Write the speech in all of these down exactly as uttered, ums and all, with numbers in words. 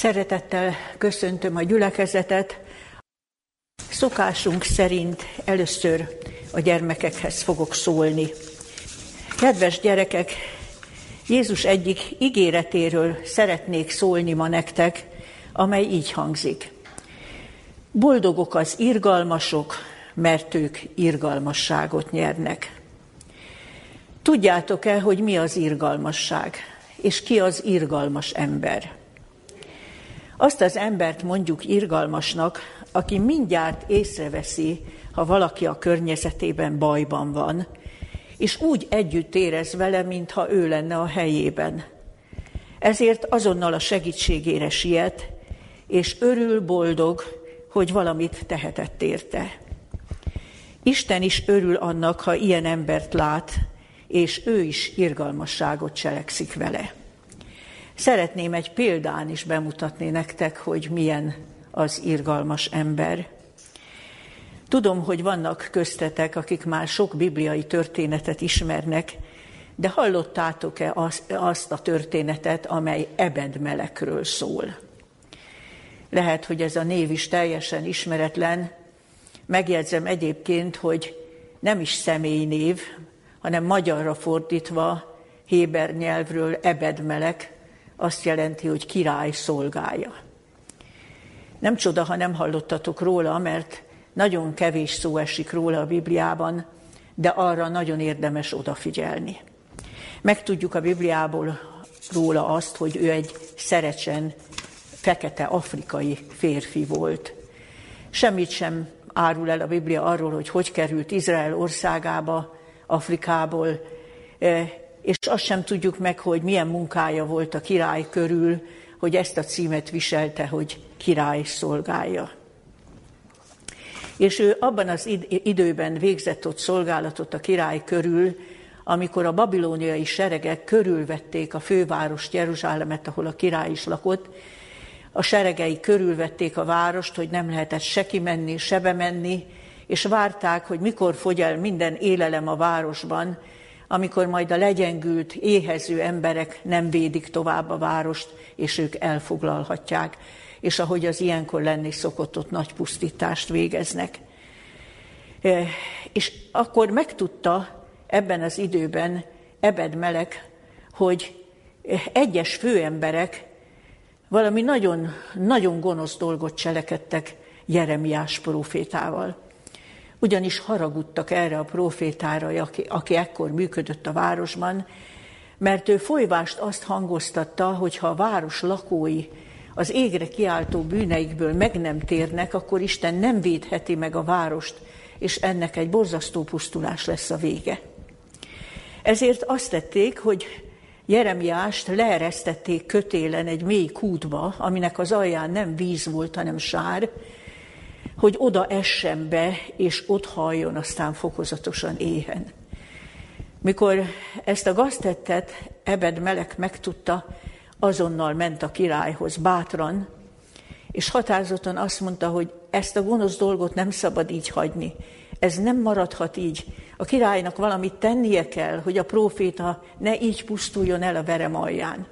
Szeretettel köszöntöm a gyülekezetet. Szokásunk szerint először a gyermekekhez fogok szólni. Kedves gyerekek, Jézus egyik ígéretéről szeretnék szólni ma nektek, amely így hangzik. Boldogok az irgalmasok, mert ők irgalmasságot nyernek. Tudjátok-e, hogy mi az irgalmasság, és ki az irgalmas ember? Azt az embert mondjuk irgalmasnak, aki mindjárt észreveszi, ha valaki a környezetében bajban van, és úgy együtt érez vele, mintha ő lenne a helyében. Ezért azonnal a segítségére siet, és örül, boldog, hogy valamit tehetett érte. Isten is örül annak, ha ilyen embert lát, és ő is irgalmasságot cselekszik vele. Szeretném egy példán is bemutatni nektek, hogy milyen az irgalmas ember. Tudom, hogy vannak köztetek, akik már sok bibliai történetet ismernek, de hallottátok-e azt a történetet, amely Ebed-melekről szól? Lehet, hogy ez a név is teljesen ismeretlen. Megjegyzem egyébként, hogy nem is személynév, hanem magyarra fordítva héber nyelvről Ebed-melek azt jelenti, hogy király szolgája. Nem csoda, ha nem hallottatok róla, mert nagyon kevés szó esik róla a Bibliában, de arra nagyon érdemes odafigyelni. Megtudjuk a Bibliából róla azt, hogy ő egy szerecsen fekete afrikai férfi volt. Semmit sem árul el a Biblia arról, hogy hogy került Izrael országába, Afrikából, és azt sem tudjuk meg, hogy milyen munkája volt a király körül, hogy ezt a címet viselte, hogy király szolgája. És ő abban az időben végzett ott szolgálatot a király körül, amikor a babilóniai seregek körülvették a fővárost, Jeruzsálemet, ahol a király is lakott. A seregei körülvették a várost, hogy nem lehetett se kimenni, se bemenni, és várták, hogy mikor fogy el minden élelem a városban, amikor majd a legyengült, éhező emberek nem védik tovább a várost, és ők elfoglalhatják, és ahogy az ilyenkor lenni szokott, ott nagy pusztítást végeznek. És akkor megtudta ebben az időben Ebed-melek, hogy egyes főemberek valami nagyon, nagyon gonosz dolgot cselekedtek Jeremiás prófétával. Ugyanis haragudtak erre a prófétára, aki, aki ekkor működött a városban, mert ő folyvást azt hangoztatta, hogy ha a város lakói az égre kiáltó bűneikből meg nem térnek, akkor Isten nem védheti meg a várost, és ennek egy borzasztó pusztulás lesz a vége. Ezért azt tették, hogy Jeremiást leeresztették kötélen egy mély kútba, aminek az alján nem víz volt, hanem sár, hogy oda essen be, és ott haljon, aztán fokozatosan éhen. Mikor ezt a gaztettet Ebed-melek megtudta, azonnal ment a királyhoz bátran, és határozottan azt mondta, hogy ezt a gonosz dolgot nem szabad így hagyni. Ez nem maradhat így. A királynak valamit tennie kell, hogy a próféta ne így pusztuljon el a verem alján.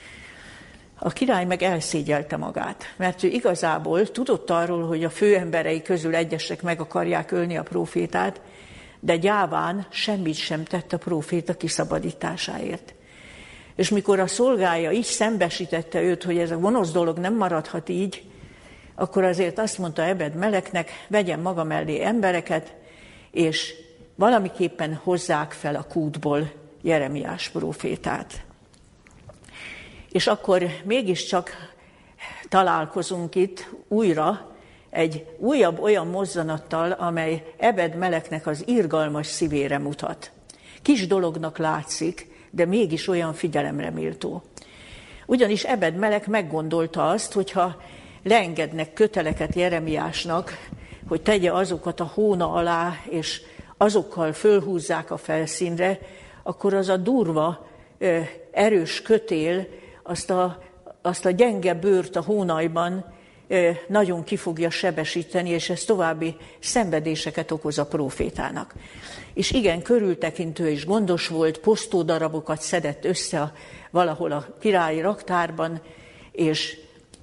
A király meg elszégyelte magát, mert ő igazából tudott arról, hogy a főemberei közül egyesek meg akarják ölni a prófétát, de gyáván semmit sem tett a próféta kiszabadításáért. És mikor a szolgája így szembesítette őt, hogy ez a gonosz dolog nem maradhat így, akkor azért azt mondta Ebed-meleknek, vegyen maga mellé embereket, és valamiképpen hozzák fel a kútból Jeremiás prófétát. És akkor mégiscsak találkozunk itt újra egy újabb olyan mozzanattal, amely Ebed-meleknek az irgalmas szívére mutat. Kis dolognak látszik, de mégis olyan figyelemre méltó. Ugyanis Ebed-melek meggondolta azt, hogyha leengednek köteleket Jeremiásnak, hogy tegye azokat a hóna alá, és azokkal fölhúzzák a felszínre, akkor az a durva, erős kötél azt a, azt a gyenge bőrt a hónajban nagyon ki fogja sebesíteni, és ez további szenvedéseket okoz a prófétának. És igen, körültekintő és gondos volt, posztódarabokat szedett össze a, valahol a királyi raktárban, és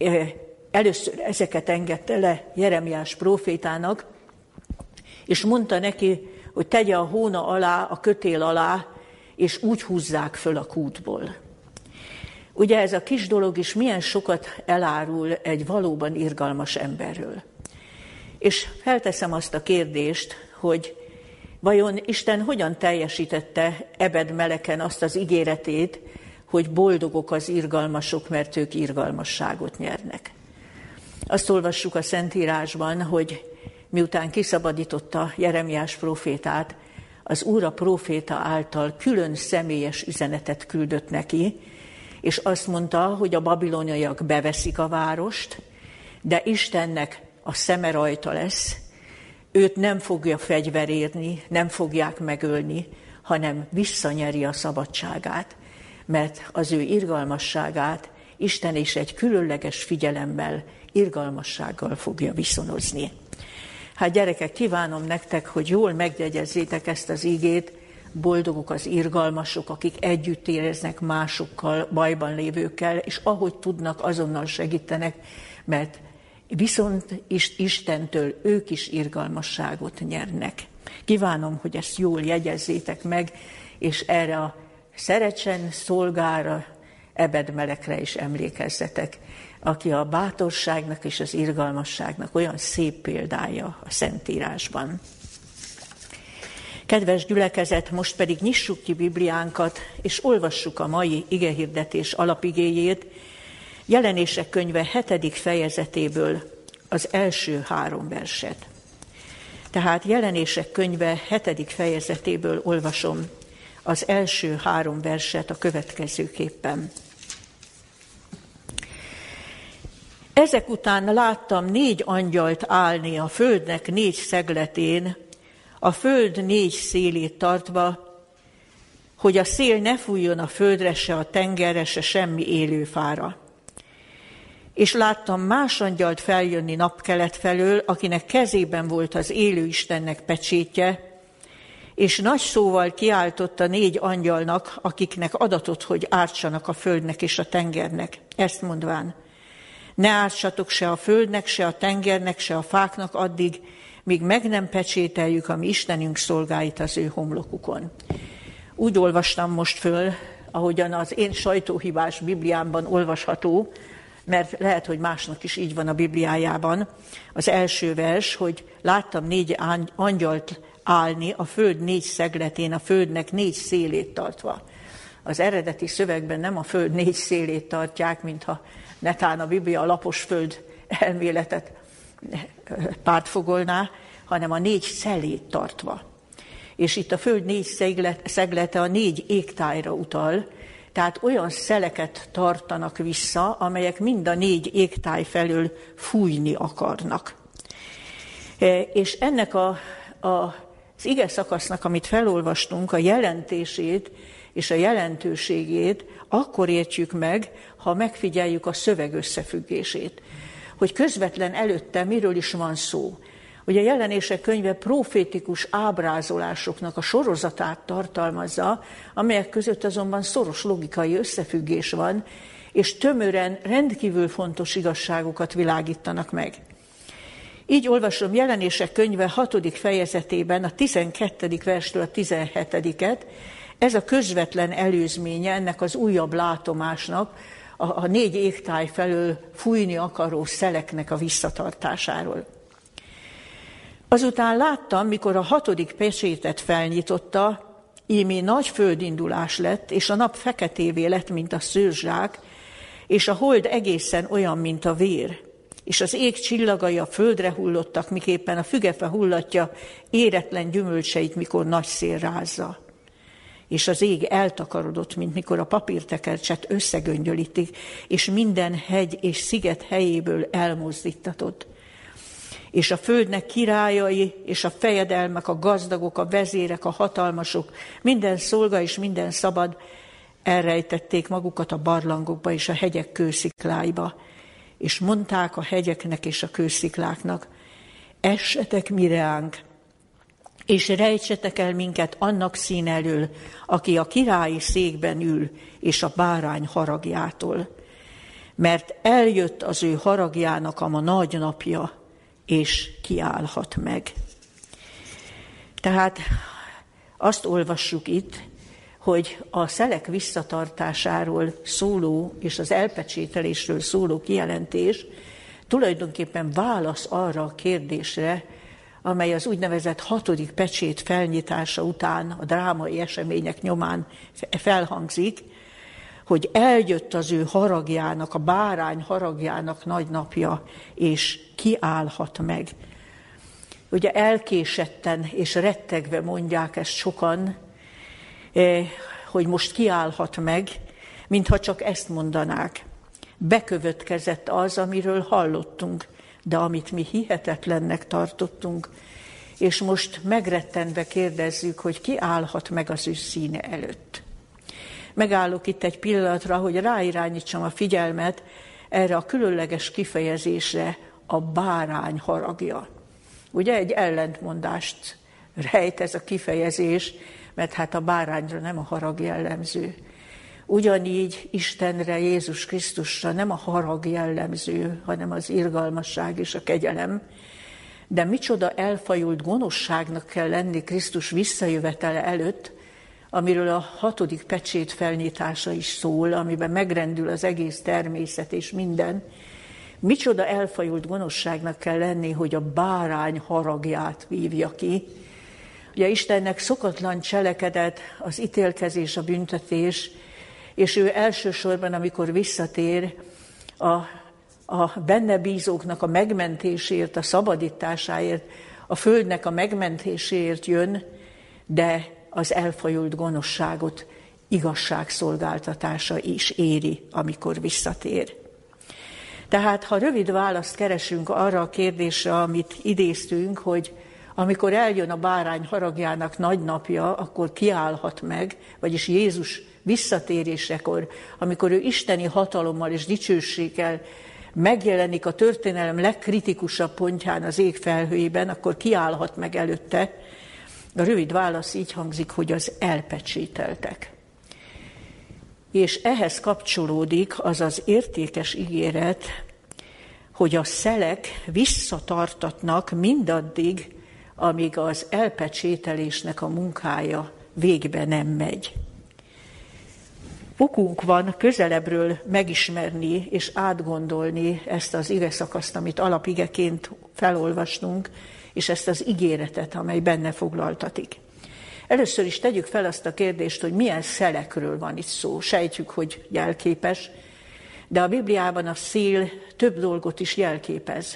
először ezeket engedte le Jeremiás prófétának, és mondta neki, hogy tegye a hóna alá, a kötél alá, és úgy húzzák föl a kútból. Ugye ez a kis dolog is milyen sokat elárul egy valóban irgalmas emberről. És felteszem azt a kérdést, hogy vajon Isten hogyan teljesítette Ebed-meleken azt az ígéretét, hogy boldogok az irgalmasok, mert ők irgalmasságot nyernek. Azt olvassuk a Szentírásban, hogy miután kiszabadította Jeremiás prófétát, az Úr a próféta által külön személyes üzenetet küldött neki, és azt mondta, hogy a babiloniaiak beveszik a várost, de Istennek a szeme rajta lesz, őt nem fogja fegyver érni, nem fogják megölni, hanem visszanyeri a szabadságát, mert az ő irgalmasságát Isten is egy különleges figyelemmel, irgalmassággal fogja viszonozni. Hát gyerekek, kívánom nektek, hogy jól megjegyezzétek ezt az ígét, boldogok az irgalmasok, akik együtt éreznek másokkal, bajban lévőkkel, és ahogy tudnak, azonnal segítenek, mert viszont Istentől ők is irgalmasságot nyernek. Kívánom, hogy ezt jól jegyezzétek meg, és erre a Szerecsen szolgára, Ebed-melekre is emlékezzetek, aki a bátorságnak és az irgalmasságnak olyan szép példája a Szentírásban. Kedves gyülekezet, most pedig nyissuk ki Bibliánkat, és olvassuk a mai igehirdetés alapigéjét, Jelenések könyve hetedik fejezetéből az első három verset. Tehát Jelenések könyve hetedik fejezetéből olvasom az első három verset a következőképpen. Ezek után láttam négy angyalt állni a földnek négy szegletén, a föld négy szélét tartva, hogy a szél ne fújjon a földre, se a tengerre, se semmi élőfára. És láttam más angyalt feljönni napkelet felől, akinek kezében volt az élő Istennek pecsétje, és nagy szóval kiáltott a négy angyalnak, akiknek adatot, hogy ártsanak a földnek és a tengernek. Ezt mondván, ne ártsatok se a földnek, se a tengernek, se a fáknak addig, míg meg nem pecsételjük a mi Istenünk szolgáit az ő homlokukon. Úgy olvastam most föl, ahogyan az én sajtóhibás Bibliámban olvasható, mert lehet, hogy másnak is így van a Bibliájában. Az első vers, hogy láttam négy angyalt állni a föld négy szegletén, a földnek négy szélét tartva. Az eredeti szövegben nem a föld négy szélét tartják, mintha netán a Biblia a lapos föld elméletet pártfogolná, hanem a négy szelét tartva. És itt a föld négy szeglete a négy égtájra utal, tehát olyan szeleket tartanak vissza, amelyek mind a négy égtáj felől fújni akarnak. És ennek a, a, az ige szakasznak, amit felolvastunk, a jelentését és a jelentőségét akkor értjük meg, ha megfigyeljük a szöveg összefüggését. Hogy közvetlen előtte miről is van szó. Ugye a Jelenések könyve profétikus ábrázolásoknak a sorozatát tartalmazza, amelyek között azonban szoros logikai összefüggés van, és tömören rendkívül fontos igazságokat világítanak meg. Így olvasom Jelenések könyve hatodik fejezetében a tizenkettedik verstől a tizenhetediket, ez a közvetlen előzménye ennek az újabb látomásnak, a, a négy égtáj felől fújni akaró szeleknek a visszatartásáról. Azután láttam, mikor a hatodik pecsétet felnyitotta, ímé nagy földindulás lett, és a nap feketévé lett, mint a szőrzsák, és a hold egészen olyan, mint a vér. És az ég csillagai a földre hullottak, miképpen a fügefa hullatja éretlen gyümölcseit, mikor nagy szél rázza. És az ég eltakarodott, mint mikor a papírtekercset összegöngyölítik, és minden hegy és sziget helyéből elmozdítatott. És a földnek királyai, és a fejedelmek, a gazdagok, a vezérek, a hatalmasok, minden szolga és minden szabad elrejtették magukat a barlangokba és a hegyek kőszikláiba, és mondták a hegyeknek és a kőszikláknak, essetek mi reánk, és rejtsetek el minket annak szín elől, aki a királyi székben ül, és a bárány haragjától. mert eljött az ő haragjának a ma nagy napja, és kiállhat meg. Tehát azt olvassuk itt, hogy a szelek visszatartásáról szóló és az elpecsételésről szóló kijelentés tulajdonképpen válasz arra a kérdésre, amely az úgynevezett hatodik pecsét felnyitása után, a drámai események nyomán felhangzik, hogy eljött az ő haragjának, a bárány haragjának nagy napja, és kiállhat meg. Ugye elkésetten és rettegve mondják ezt sokan, hogy most kiállhat meg, mintha csak ezt mondanák. Bekövetkezett az, amiről hallottunk, de amit mi hihetetlennek tartottunk, és most megrettenve kérdezzük, hogy ki állhat meg az ő színe előtt. Megállok itt egy pillanatra, hogy ráirányítsam a figyelmet erre a különleges kifejezésre, a bárány haragja. Ugye egy ellentmondást rejt ez a kifejezés, mert hát a bárányra nem a harag jellemző. Ugyanígy Istenre, Jézus Krisztusra nem a harag jellemző, hanem az irgalmasság és a kegyelem. De micsoda elfajult gonoszságnak kell lenni Krisztus visszajövetele előtt, amiről a hatodik pecsét felnyitása is szól, amiben megrendül az egész természet és minden. Micsoda elfajult gonoszságnak kell lenni, hogy a bárány haragját vívja ki. Ugye Istennek szokatlan cselekedet az ítélkezés, a büntetés, és ő elsősorban, amikor visszatér, a, a benne bízóknak a megmentésért, a szabadításáért, a földnek a megmentéséért jön, de az elfajult gonoszságot igazságszolgáltatása is éri, amikor visszatér. Tehát, ha rövid választ keresünk arra a kérdésre, amit idéztünk, hogy amikor eljön a bárány haragjának nagy napja, akkor kiállhat meg, vagyis Jézus visszatérésekor, amikor ő isteni hatalommal és dicsőséggel megjelenik a történelem legkritikusabb pontján az ég felhőjében, akkor kiállhat meg előtte. A rövid válasz így hangzik, hogy az elpecsételtek. És ehhez kapcsolódik az az értékes ígéret, hogy a szelek visszatartatnak mindaddig, amíg az elpecsételésnek a munkája végbe nem megy. Okunk van közelebbről megismerni és átgondolni ezt az igeszakaszt, amit alapigeként felolvasnunk, és ezt az ígéretet, amely benne foglaltatik. Először is tegyük fel azt a kérdést, hogy milyen szelekről van itt szó. Sejtjük, hogy jelképes, de a Bibliában a szél több dolgot is jelképez.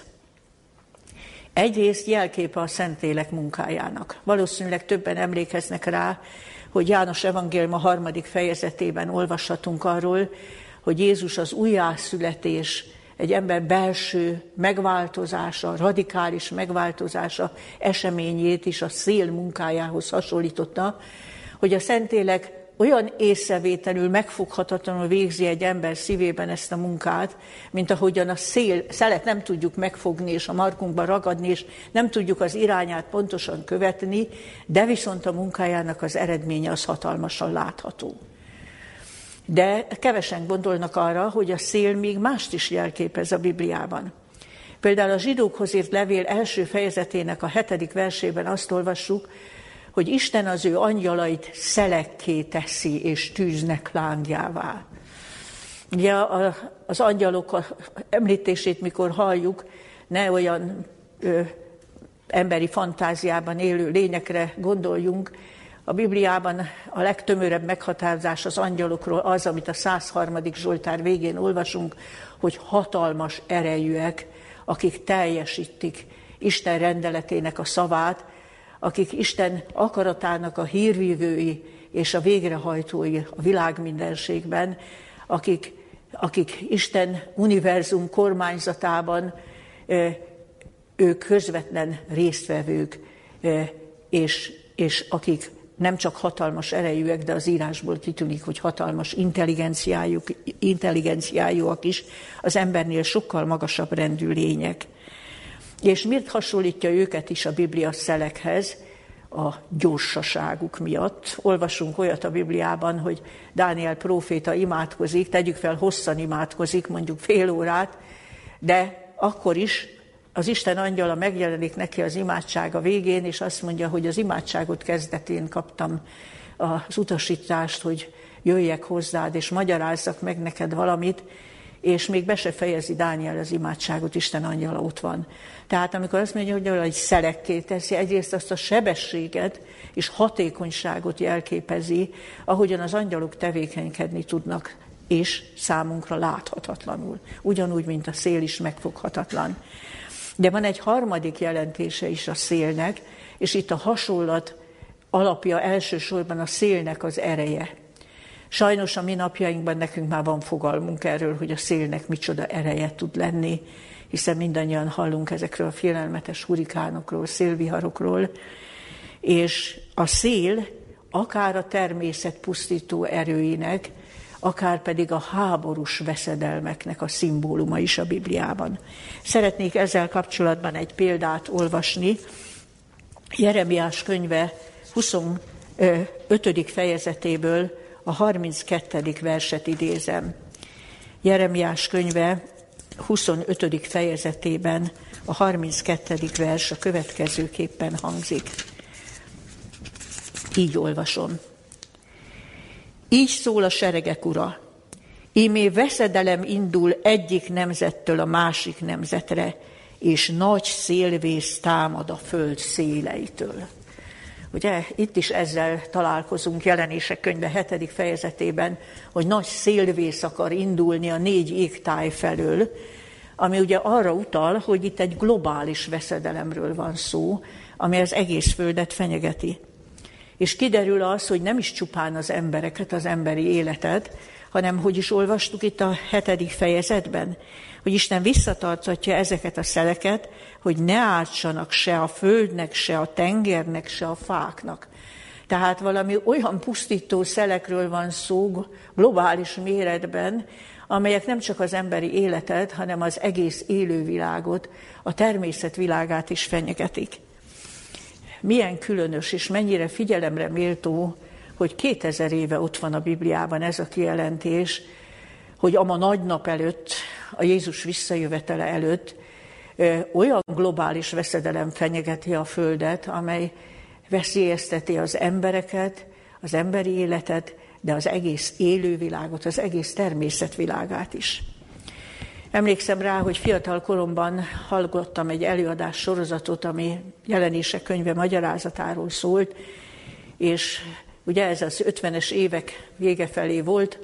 Egyrészt jelképe a Szentlélek munkájának. Valószínűleg többen emlékeznek rá, hogy János evangélium a harmadik fejezetében olvashatunk arról, hogy Jézus az újjászületés, egy ember belső megváltozása, radikális megváltozása eseményét is a szél munkájához hasonlította, hogy a Szentlélek olyan észrevételül, megfoghatatlanul végzi egy ember szívében ezt a munkát, mint ahogyan a szél, szelet nem tudjuk megfogni és a markunkba ragadni, és nem tudjuk az irányát pontosan követni, de viszont a munkájának az eredménye az hatalmasan látható. De kevesen gondolnak arra, hogy a szél még mást is jelképez a Bibliában. Például a zsidókhoz írt levél első fejezetének a hetedik versében azt olvassuk, hogy Isten az ő angyalait szelekké teszi és tűznek lángjává. Ugye az angyalok említését, mikor halljuk, ne olyan ö, emberi fantáziában élő lényekre gondoljunk. A Bibliában a legtömörebb meghatározás az angyalokról az, amit a száz harmadik Zsoltár végén olvasunk, hogy hatalmas erejűek, akik teljesítik Isten rendeletének a szavát, akik Isten akaratának a hírvívői és a végrehajtói a világmindenségben, akik, akik Isten univerzum kormányzatában ők közvetlen résztvevők, és, és akik nem csak hatalmas erejűek, de az írásból kitűnik, hogy hatalmas intelligenciájuk, intelligenciájúak is, az embernél sokkal magasabb rendű lények. És miért hasonlítja őket is a Biblia szelekhez? a gyorsaságuk miatt. Olvasunk olyat a Bibliában, hogy Dániel próféta imádkozik, tegyük fel, hosszan imádkozik, mondjuk fél órát, de akkor is az Isten angyala megjelenik neki az imádsága végén, és azt mondja, hogy az imádságot kezdetén kaptam az utasítást, hogy jöjjek hozzád, és magyarázzak meg neked valamit, és még be se fejezi Dániel az imádságot, Isten angyala ott van. Tehát amikor azt mondja, hogy egy szelekké teszi, egyrészt azt a sebességet és hatékonyságot jelképezi, ahogyan az angyalok tevékenykedni tudnak, és számunkra láthatatlanul. Ugyanúgy, mint a szél is megfoghatatlan. De van egy harmadik jelentése is a szélnek, és itt a hasonlat alapja elsősorban a szélnek az ereje. Sajnos a mi napjainkban nekünk már van fogalmunk erről, hogy a szélnek micsoda ereje tud lenni, hiszen mindannyian hallunk ezekről a félelmetes hurikánokról, szélviharokról, és a szél akár a természet pusztító erőinek, akár pedig a háborús veszedelmeknek a szimbóluma is a Bibliában. Szeretnék ezzel kapcsolatban egy példát Jeremiás könyve huszonötödik fejezetéből a harminckettedik verset idézem. Jeremiás könyve huszonötödik fejezetében a harminckettedik vers a következőképpen hangzik. Így olvasom. Így szól a seregek ura. Ímé veszedelem indul egyik nemzettől a másik nemzetre, és nagy szélvész támad a föld széleitől. Ugye itt is ezzel találkozunk Jelenések könyve hetedik fejezetében, hogy nagy szélvész akar indulni a négy égtáj felől, ami ugye arra utal, hogy itt egy globális veszedelemről van szó, ami az egész földet fenyegeti. És kiderül az, hogy nem is csupán az embereket, az emberi életet, hanem, hogy is olvastuk itt a hetedik fejezetben, hogy Isten visszatartatja ezeket a szeleket, hogy ne ártsanak se a földnek, se a tengernek, se a fáknak. Tehát valami olyan pusztító szelekről van szó globális méretben, amelyek nem csak az emberi életet, hanem az egész élővilágot, a természet világát is fenyegetik. Milyen különös és mennyire figyelemre méltó, hogy kétezer éve ott van a Bibliában ez a kijelentés, hogy ama nagy nap előtt, a Jézus visszajövetele előtt olyan globális veszedelem fenyegeti a Földet, amely veszélyezteti az embereket, az emberi életet, de az egész élővilágot, az egész természetvilágát is. Emlékszem rá, hogy fiatal koromban hallgattam egy előadás sorozatot, ami Jelenések könyve magyarázatáról szólt, és ugye ez az ötvenes évek vége felé volt,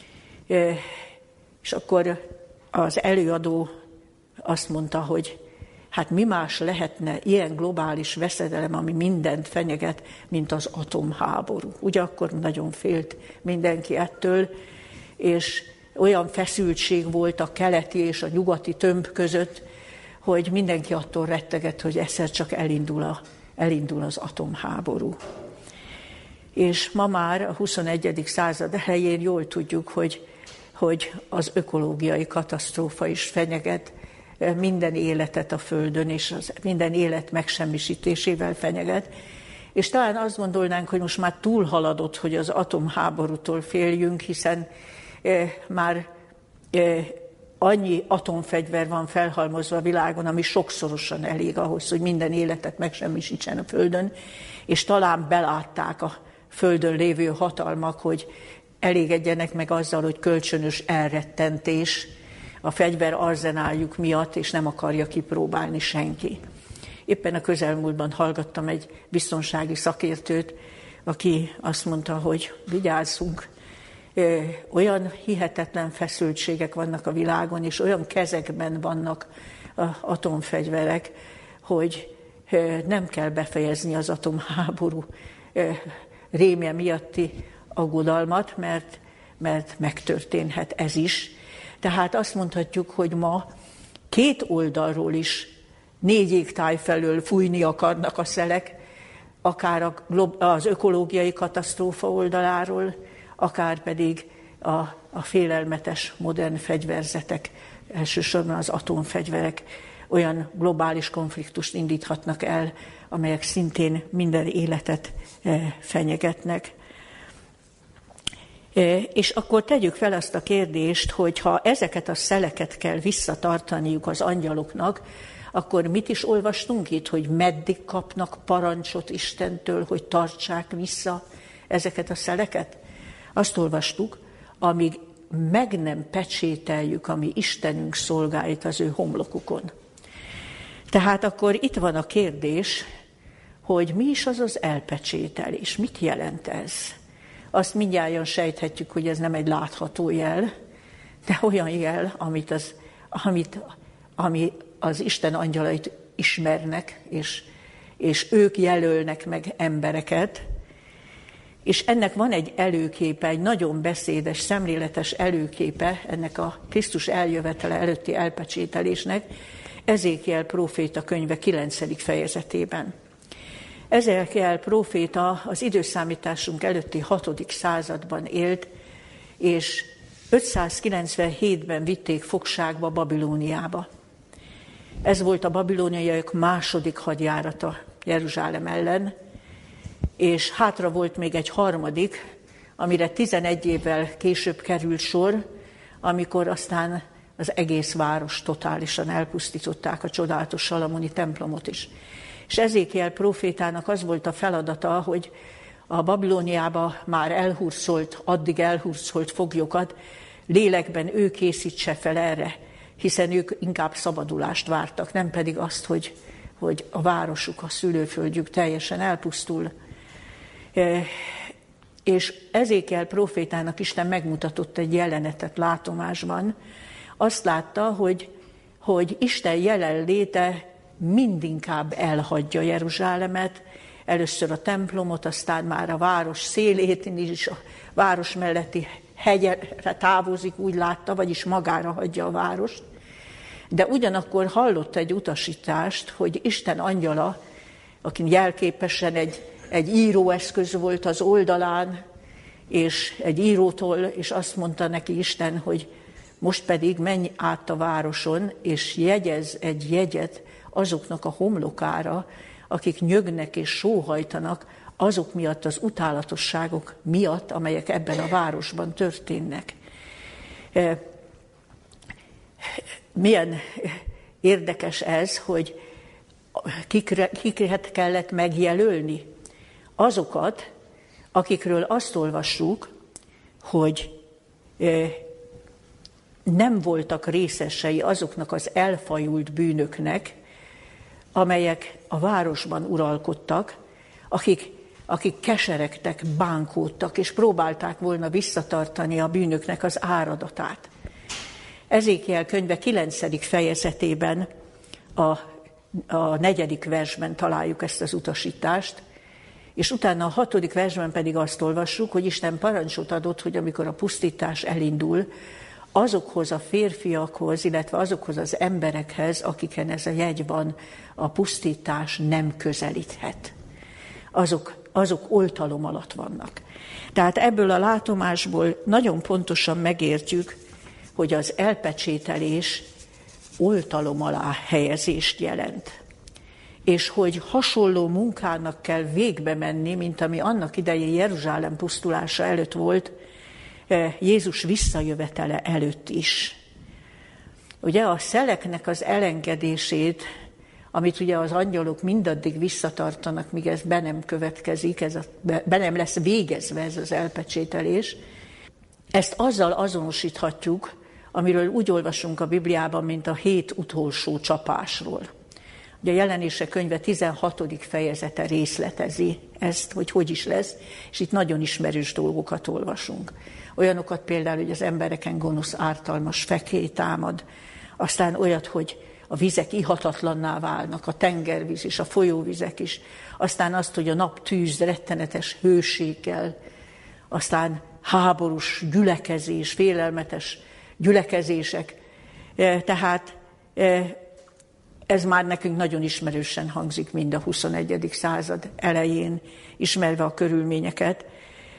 és akkor az előadó azt mondta, hogy hát mi más lehetne ilyen globális veszedelem, ami mindent fenyeget, mint az atomháború. Ugye akkor nagyon félt mindenki ettől, és olyan feszültség volt a keleti és a nyugati tömb között, hogy mindenki attól rettegett, hogy egyszer csak elindul, a, elindul az atomháború. És ma már a huszonegyedik század elején jól tudjuk, hogy, hogy az ökológiai katasztrófa is fenyeget minden életet a Földön, és az minden élet megsemmisítésével fenyeget. És talán azt gondolnánk, hogy most már túlhaladott, hogy az atomháborútól féljünk, hiszen eh, már eh, annyi atomfegyver van felhalmozva a világon, ami sokszorosan elég ahhoz, hogy minden életet megsemmisítsen a Földön, és talán belátták a Földön lévő hatalmak, hogy elégedjenek meg azzal, hogy kölcsönös elrettentés a fegyver arzenáljuk miatt, és nem akarja kipróbálni senki. Éppen a közelmúltban hallgattam egy biztonsági szakértőt, aki azt mondta, hogy vigyázzunk, olyan hihetetlen feszültségek vannak a világon, és olyan kezekben vannak az atomfegyverek, hogy nem kell befejezni az atomháború rémje miatti aggodalmat, mert, mert megtörténhet ez is. Tehát azt mondhatjuk, hogy ma két oldalról is négy égtáj felől fújni akarnak a szelek, akár az ökológiai katasztrófa oldaláról, akár pedig a, a félelmetes modern fegyverzetek, elsősorban az atomfegyverek olyan globális konfliktust indíthatnak el, amelyek szintén minden életet fenyegetnek. És akkor tegyük fel azt a kérdést, hogy ha ezeket a szeleket kell visszatartaniuk az angyaloknak, akkor mit is olvastunk itt, hogy meddig kapnak parancsot Istentől, hogy tartsák vissza ezeket a szeleket? Azt olvastuk, amíg meg nem pecsételjük a mi Istenünk szolgáit az ő homlokukon. Tehát akkor itt van a kérdés, hogy mi is az az elpecsételés, mit jelent ez? Azt mindjárt sejthetjük, hogy ez nem egy látható jel, de olyan jel, amit az, amit, ami az Isten angyalait ismernek, és, és ők jelölnek meg embereket. És ennek van egy előképe, egy nagyon beszédes, szemléletes előképe ennek a Krisztus eljövetele előtti elpecsételésnek, Ezékiel próféta könyve kilencedik fejezetében. Ezékiel próféta az időszámításunk előtti hatodik században élt, és ötszázkilencvenhétben vitték fogságba Babilóniába. Ez volt a babilóniaiak második hadjárata Jeruzsálem ellen, és hátra volt még egy harmadik, amire tizenegy évvel később került sor, amikor aztán az egész város totálisan elpusztították, a csodálatos salamoni templomot is. És Ezékiel prófétának az volt a feladata, hogy a Babilóniába már elhurcolt, addig elhurcolt foglyokat lélekben ő készítse fel erre, hiszen ők inkább szabadulást vártak, nem pedig azt, hogy, hogy a városuk, a szülőföldjük teljesen elpusztul. E, és Ezékiel prófétának Isten megmutatott egy jelenetet látomásban. Azt látta, hogy, hogy Isten jelenléte mindinkább elhagyja Jeruzsálemet, először a templomot, aztán már a város szélét is, a város melletti hegyre távozik, úgy látta, vagyis magára hagyja a várost. De ugyanakkor hallott egy utasítást, hogy Isten angyala, aki jelképesen egy, egy íróeszköz volt az oldalán, és egy írótól, és azt mondta neki Isten, hogy most pedig menj át a városon, és jegyez egy jegyet azoknak a homlokára, akik nyögnek és sóhajtanak azok miatt, az utálatosságok miatt, amelyek ebben a városban történnek. Milyen érdekes ez, hogy kikre, kiket kellett megjelölni? Azokat, akikről azt olvassuk, hogy nem voltak részesei azoknak az elfajult bűnöknek, amelyek a városban uralkodtak, akik, akik keseregtek, bánkódtak, és próbálták volna visszatartani a bűnöknek az áradatát. Ezékiel könyve kilencedik fejezetében, a, a negyedik versben találjuk ezt az utasítást, és utána a hatodik versben pedig azt olvassuk, hogy Isten parancsot adott, hogy amikor a pusztítás elindul, azokhoz a férfiakhoz, illetve azokhoz az emberekhez, akiken ez a jegy van, a pusztítás nem közelíthet. Azok, azok oltalom alatt vannak. Tehát ebből a látomásból nagyon pontosan megértjük, hogy az elpecsételés oltalom alá helyezést jelent. És hogy hasonló munkának kell végbe menni, mint ami annak idején Jeruzsálem pusztulása előtt volt, Jézus visszajövetele előtt is. Ugye a szeleknek az elengedését, amit ugye az angyalok mindaddig visszatartanak, míg ez be nem következik, ez a, be nem lesz végezve ez az elpecsételés, ezt azzal azonosíthatjuk, amiről úgy olvasunk a Bibliában, mint a hét utolsó csapásról. Ugye a Jelenések könyve tizenhatodik fejezete részletezi ezt, hogy hogy is lesz, és itt nagyon ismerős dolgokat olvasunk. Olyanokat például, hogy az embereken gonosz, ártalmas fekély támad, aztán olyat, hogy a vizek ihatatlanná válnak, a tengervíz és a folyóvizek is, aztán azt, hogy a nap tűz rettenetes hőséggel, aztán háborús gyülekezés, félelmetes gyülekezések. Tehát ez már nekünk nagyon ismerősen hangzik mind a huszonegyedik század elején, ismerve a körülményeket.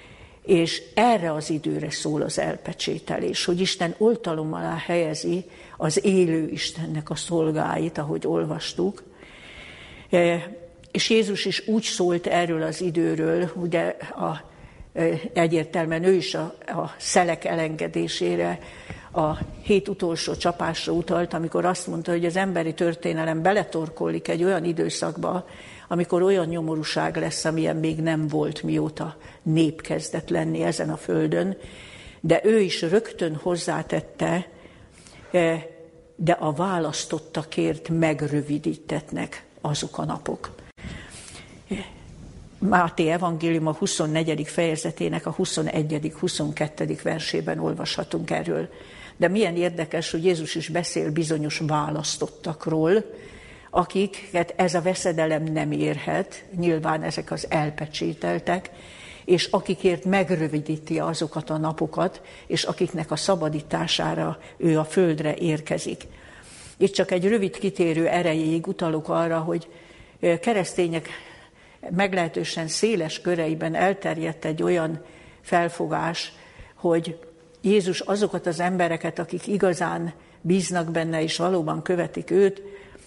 És erre az időre szól az elpecsételés, hogy Isten oltalom alá helyezi az élő Istennek a szolgáit, ahogy olvastuk. És Jézus is úgy szólt erről az időről, ugye a, egyértelműen ő is a, a szelek elengedésére, a hét utolsó csapásra utalt, amikor azt mondta, hogy az emberi történelem beletorkollik egy olyan időszakba, amikor olyan nyomorúság lesz, amilyen még nem volt, mióta nép kezdett lenni ezen a földön, de ő is rögtön hozzátette, de a választottakért megrövidítetnek azok a napok. Máté evangélium a huszonnegyedik fejezetének a huszonegyedik huszonkettődik versében olvashatunk erről. De milyen érdekes, hogy Jézus is beszél bizonyos választottakról, akiket ez a veszedelem nem érhet, nyilván ezek az elpecsételtek, és akikért megrövidíti azokat a napokat, és akiknek a szabadítására ő a földre érkezik. Itt csak egy rövid kitérő erejéig utalok arra, hogy keresztények meglehetősen széles köreiben elterjedt egy olyan felfogás, hogy Jézus azokat az embereket, akik igazán bíznak benne és valóban követik őt,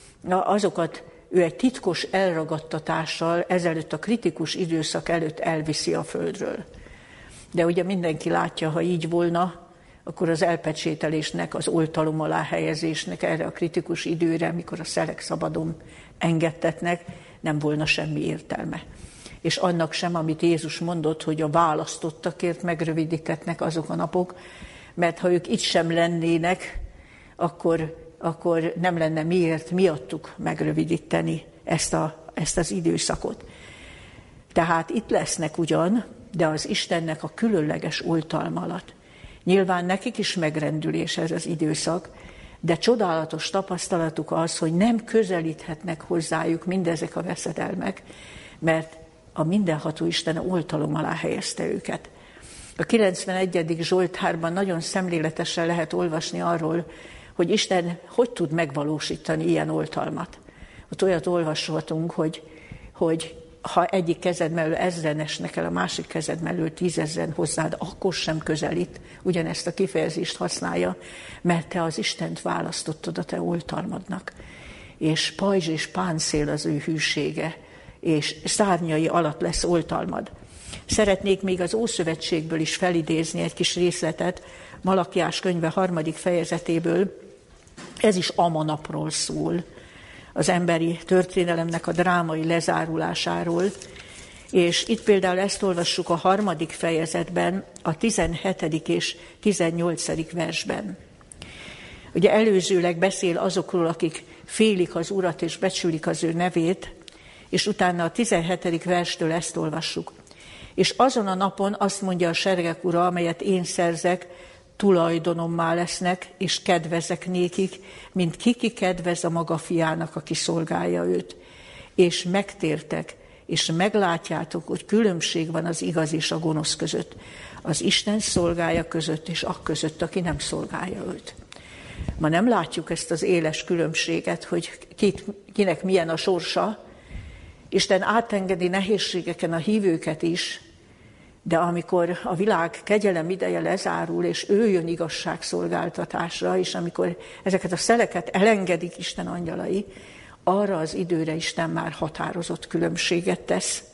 azokat ő egy titkos elragadtatással ezelőtt a kritikus időszak előtt elviszi a földről. De ugye mindenki látja, ha így volna, akkor az elpecsételésnek, az oltalom alá helyezésnek erre a kritikus időre, mikor a szelek szabadon engedtetnek, nem volna semmi értelme. És annak sem, amit Jézus mondott, hogy a választottakért megrövidítetnek azok a napok, mert ha ők itt sem lennének, akkor, akkor nem lenne miért miattuk megrövidíteni ezt, a, ezt az időszakot. Tehát itt lesznek ugyan, de az Istennek a különleges oltalma alatt. Nyilván nekik is megrendülés ez az időszak, de csodálatos tapasztalatuk az, hogy nem közelíthetnek hozzájuk mindezek a veszedelmek, mert a mindenható Isten oltalom alá helyezte őket. A kilencvenegyedik Zsoltárban nagyon szemléletesen lehet olvasni arról, hogy Isten hogy tud megvalósítani ilyen oltalmat. Ott olyat olvashatunk, hogy, hogy ha egyik kezed mellől ezren esnek el, a másik kezed mellől tízezren hozzád, akkor sem közelít, ugyanezt a kifejezést használja, mert te az Istent választottad a te oltalmadnak. És pajzs és páncél az ő hűsége, és szárnyai alatt lesz oltalmad. Szeretnék még az Ószövetségből is felidézni egy kis részletet, Malakiás könyve harmadik fejezetéből. Ez is amanapról szól, az emberi történelemnek a drámai lezárulásáról. És itt például ezt olvassuk a harmadik fejezetben, a tizenhetedik és tizennyolcadik versben. Ugye előzőleg beszél azokról, akik félik az Urat és becsülik az ő nevét, és utána a tizenhetedik verstől ezt olvassuk. És azon a napon azt mondja a seregek Ura, amelyet én szerzek, tulajdonommá lesznek, és kedvezek nékik, mint kiki kedvez a maga fiának, aki szolgálja őt. És megtértek, és meglátjátok, hogy különbség van az igaz és a gonosz között, az Isten szolgája között, és ak között, aki nem szolgálja őt. Ma nem látjuk ezt az éles különbséget, hogy kit, kinek milyen a sorsa. Isten átengedi nehézségeken a hívőket is, de amikor a világ kegyelem ideje lezárul, és ő jön igazságszolgáltatásra, és amikor ezeket a szeleket elengedik Isten angyalai, arra az időre Isten már határozott különbséget tesz.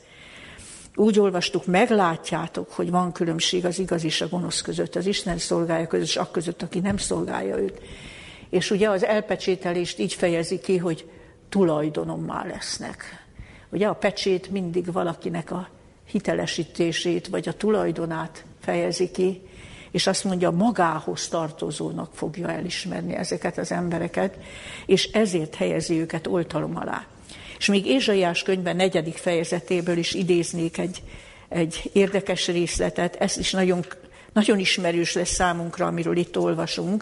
Úgy olvastuk, meglátjátok, hogy van különbség az igaz és a gonosz között, az Isten szolgálja között, és ak között, aki nem szolgálja őt. És ugye az elpecsételést így fejezi ki, hogy tulajdonommá lesznek. Ugye a pecsét mindig valakinek a hitelesítését, vagy a tulajdonát fejezi ki, és azt mondja, magához tartozónak fogja elismerni ezeket az embereket, és ezért helyezi őket oltalom alá. És még Ézsaiás könyvben negyedik fejezetéből is idéznék egy, egy érdekes részletet, ez is nagyon, nagyon ismerős lesz számunkra, amiről itt olvasunk.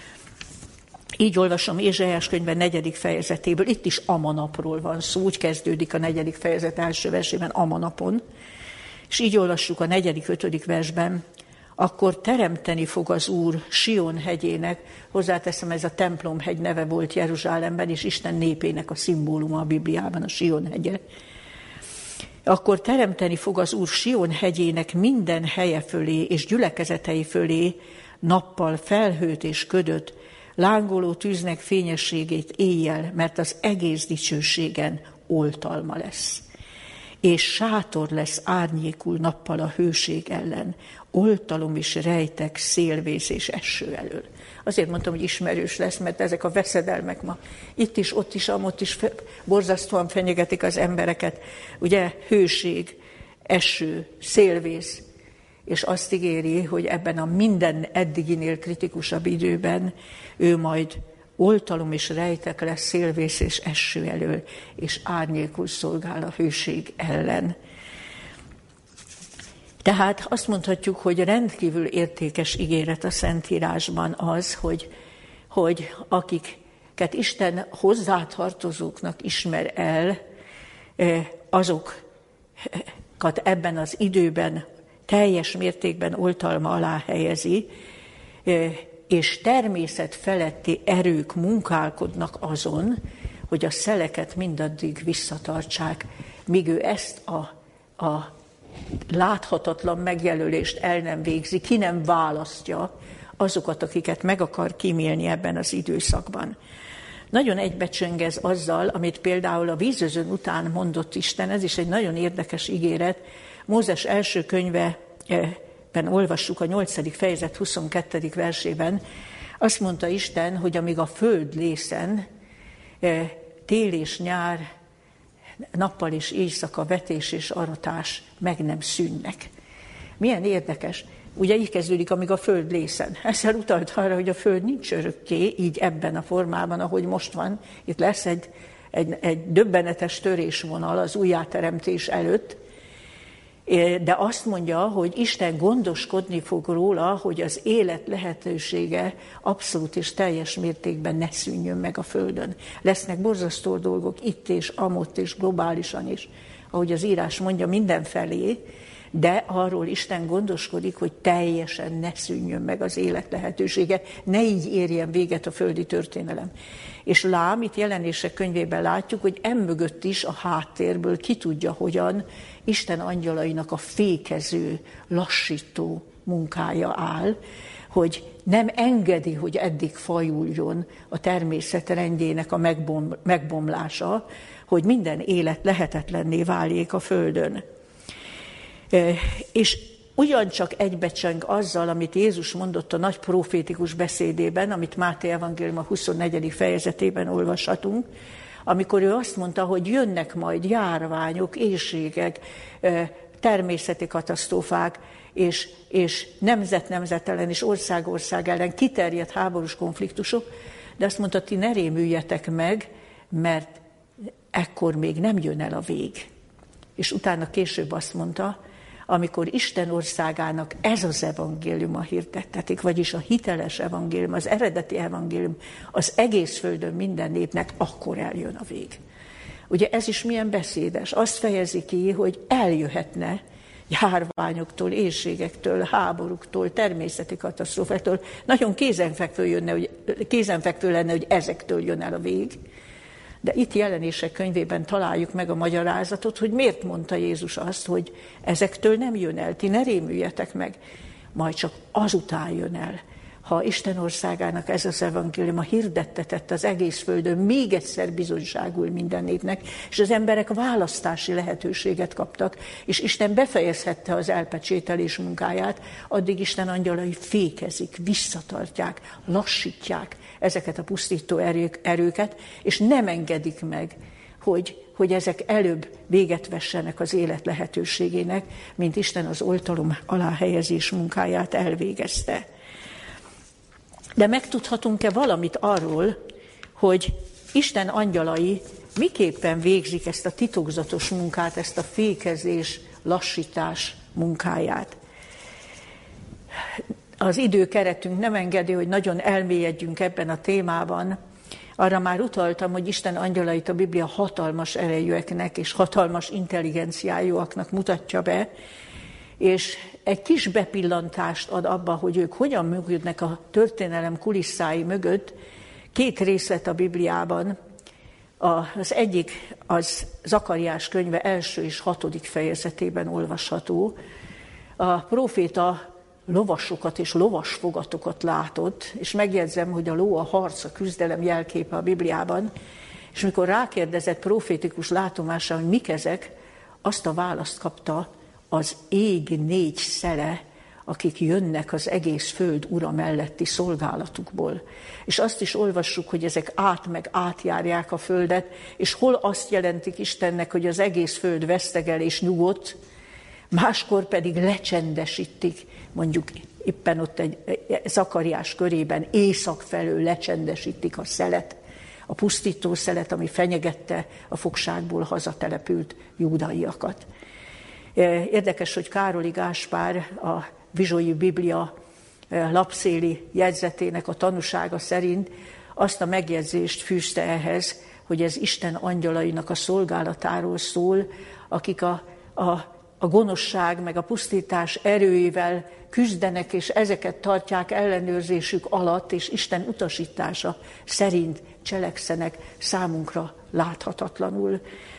Így olvasom Ézsaiás könyvben negyedik fejezetéből, itt is amanapról van szó, úgy kezdődik a negyedik fejezet első versében, amanapon, és így olvassuk a negyedik, ötödik versben, akkor teremteni fog az Úr Sion hegyének, hozzáteszem, ez a templomhegy neve volt Jeruzsálemben, és Isten népének a szimbóluma a Bibliában, a Sion hegye. akkor teremteni fog az Úr Sion hegyének minden helye fölé és gyülekezetei fölé nappal felhőt és ködöt, lángoló tűznek fényességét éjjel, mert az egész dicsőségen oltalma lesz. És sátor lesz árnyékul nappal a hőség ellen, oltalom is rejtek szélvész és eső elől. Azért mondtam, hogy ismerős lesz, mert ezek a veszedelmek ma itt is, ott is, amott is borzasztóan fenyegetik az embereket. Ugye hőség, eső, szélvész, és azt ígéri, hogy ebben a minden eddiginél kritikusabb időben ő majd oltalom és rejtek lesz szélvész és eső elől, és árnyékul szolgál a hőség ellen. Tehát azt mondhatjuk, hogy rendkívül értékes ígéret a Szentírásban az, hogy, hogy akiket Isten hozzátartozóknak ismer el, azokat ebben az időben teljes mértékben oltalma alá helyezi, és természet feletti erők munkálkodnak azon, hogy a szeleket mindaddig visszatartsák, míg ő ezt a, a láthatatlan megjelölést el nem végzi, ki nem választja azokat, akiket meg akar kímélni ebben az időszakban. Nagyon egybecsöngez azzal, amit például a vízözön után mondott Isten, ez is egy nagyon érdekes ígéret. Mózes első könyveben olvassuk a nyolcadik fejezet huszonkettedik versében, azt mondta Isten, hogy amíg a föld lészen, tél és nyár, nappal és éjszaka vetés és aratás meg nem szűnnek. Milyen érdekes. Ugye így kezdődik, amíg a föld lészen. Ezzel utalt arra, hogy a föld nincs örökké, így ebben a formában, ahogy most van. Itt lesz egy, egy, egy döbbenetes törésvonal az újjáteremtés előtt, de azt mondja, hogy Isten gondoskodni fog róla, hogy az élet lehetősége abszolút és teljes mértékben ne szűnjön meg a földön. Lesznek borzasztó dolgok itt és amott és globálisan is, ahogy az írás mondja, mindenfelé, de arról Isten gondoskodik, hogy teljesen ne szűnjön meg az élet lehetősége, ne így érjen véget a földi történelem. És lám, itt Jelenések könyvében látjuk, hogy emögött is a háttérből ki tudja, hogyan Isten angyalainak a fékező, lassító munkája áll, hogy nem engedi, hogy eddig fajuljon a természet rendjének a megbom, megbomlása, hogy minden élet lehetetlenné váljék a földön. És ugyancsak egybecseng azzal, amit Jézus mondott a nagy profétikus beszédében, amit Máté evangélium a huszonnegyedik fejezetében olvashatunk, amikor ő azt mondta, hogy jönnek majd járványok, éhségek, természeti katasztrófák, és, és nemzet-nemzet ellen és ország-ország ellen kiterjedt háborús konfliktusok, de azt mondta, ti ne rémüljetek meg, mert ekkor még nem jön el a vég. És utána később azt mondta, amikor Isten országának ez az evangéliuma hirdettetik, vagyis a hiteles evangélium, az eredeti evangélium az egész földön minden népnek, akkor eljön a vég. Ugye ez is milyen beszédes. Azt fejezi ki, hogy eljöhetne járványoktól, éhségektől, háborúktól, természeti katasztrófáktól. Nagyon kézenfekvő, jönne, hogy, kézenfekvő lenne, hogy ezektől jön el a vég. De itt Jelenések könyvében találjuk meg a magyarázatot, hogy miért mondta Jézus azt, hogy ezektől nem jön el, ti ne rémüljetek meg, majd csak azután jön el. Ha Isten országának ez az evangélium a hirdettetett az egész földön, még egyszer bizonyságul minden népnek, és az emberek választási lehetőséget kaptak, és Isten befejezhette az elpecsételés munkáját, addig Isten angyalai fékezik, visszatartják, lassítják ezeket a pusztító erők, erőket, és nem engedik meg, hogy, hogy ezek előbb véget vessenek az élet lehetőségének, mint Isten az oltalom aláhelyezés munkáját elvégezte. De megtudhatunk-e valamit arról, hogy Isten angyalai miképpen végzik ezt a titokzatos munkát, ezt a fékezés, lassítás munkáját? Az időkeretünk nem engedi, hogy nagyon elmélyedjünk ebben a témában. Arra már utaltam, hogy Isten angyalait a Biblia hatalmas erejűeknek és hatalmas intelligenciájúaknak mutatja be, és egy kis bepillantást ad abba, hogy ők hogyan működnek a történelem kulisszái mögött. Két részlet a Bibliában. Az egyik az Zakariás könyve első és hatodik fejezetében olvasható. A próféta lovasokat és lovasfogatokat látott, és megjegyzem, hogy a ló a harc, a küzdelem jelképe a Bibliában, és mikor rákérdezett profétikus látomása, hogy mik ezek, azt a választ kapta: az ég négy szele, akik jönnek az egész föld ura melletti szolgálatukból. És azt is olvassuk, hogy ezek át meg átjárják a földet, és hol azt jelentik Istennek, hogy az egész föld vesztegel és nyugodt, máskor pedig lecsendesítik, mondjuk éppen ott egy Zakariás körében észak felől lecsendesítik a szelet, a pusztító szelet, ami fenyegette a fogságból hazatelepült júdaiakat. Érdekes, hogy Károli Gáspár, a Vizsolyi Biblia lapszéli jegyzetének a tanúsága szerint azt a megjegyzést fűzte ehhez, hogy ez Isten angyalainak a szolgálatáról szól, akik a, a, a gonoszság meg a pusztítás erőivel küzdenek, és ezeket tartják ellenőrzésük alatt, és Isten utasítása szerint cselekszenek számunkra láthatatlanul.